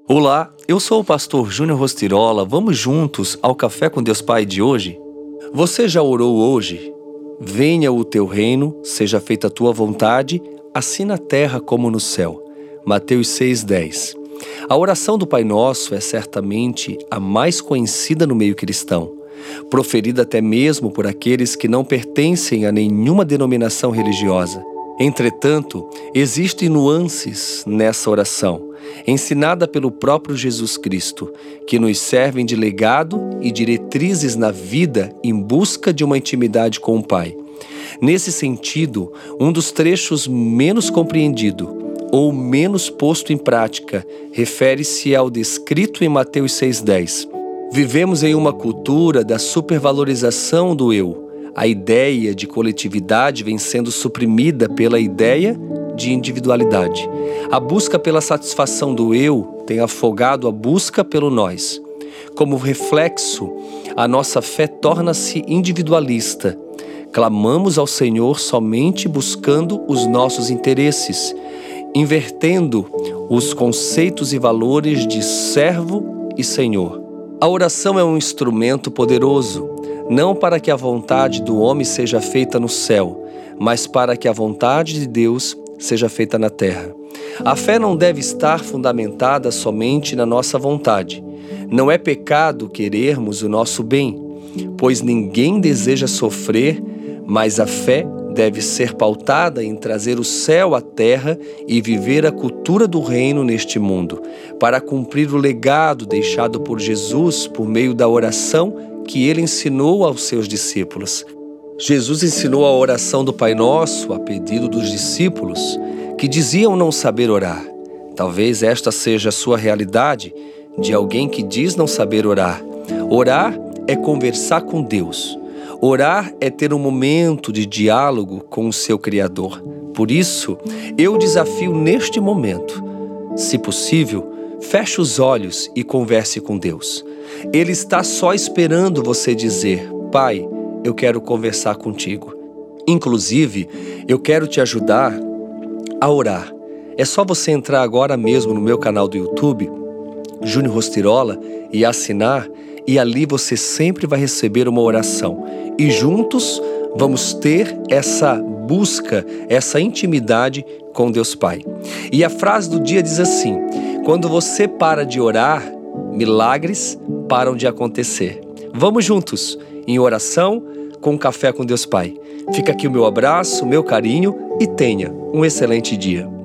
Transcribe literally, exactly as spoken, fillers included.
Olá, eu sou o pastor Júnior Rostirola. Vamos juntos ao Café com Deus Pai de hoje? Você já orou hoje? Venha o teu reino, seja feita a tua vontade, assim na terra como no céu. Mateus seis, dez. A oração do Pai Nosso é certamente a mais conhecida no meio cristão, proferida até mesmo por aqueles que não pertencem a nenhuma denominação religiosa. Entretanto, existem nuances nessa oração, ensinada pelo próprio Jesus Cristo, que nos servem de legado e diretrizes na vida em busca de uma intimidade com o Pai. Nesse sentido, um dos trechos menos compreendido ou menos posto em prática refere-se ao descrito em Mateus seis, dez. Vivemos em uma cultura da supervalorização do eu. A ideia de coletividade vem sendo suprimida pela ideia de individualidade. A busca pela satisfação do eu tem afogado a busca pelo nós. Como reflexo, a nossa fé torna-se individualista. Clamamos ao Senhor somente buscando os nossos interesses, invertendo os conceitos e valores de servo e senhor. A oração é um instrumento poderoso, não para que a vontade do homem seja feita no céu, mas para que a vontade de Deus seja feita na terra. A fé não deve estar fundamentada somente na nossa vontade. Não é pecado querermos o nosso bem, pois ninguém deseja sofrer, mas a fé deve ser pautada em trazer o céu à terra e viver a cultura do reino neste mundo, para cumprir o legado deixado por Jesus por meio da oração que ele ensinou aos seus discípulos. Jesus ensinou a oração do Pai Nosso a pedido dos discípulos que diziam não saber orar. Talvez esta seja a sua realidade de alguém que diz não saber orar. Orar é conversar com Deus. Orar é ter um momento de diálogo com o seu Criador. Por isso, eu desafio neste momento, se possível, feche os olhos e converse com Deus. Ele está só esperando você dizer: Pai, eu quero conversar contigo. Inclusive, eu quero te ajudar a orar. É só você entrar agora mesmo no meu canal do YouTube, Júnior Rostirola, e assinar, e ali você sempre vai receber uma oração. E juntos vamos ter essa busca, essa intimidade com Deus Pai. E a frase do dia diz assim: quando você para de orar, milagres param de acontecer. Vamos juntos em oração com Café com Deus Pai. Fica aqui o meu abraço, o meu carinho e tenha um excelente dia.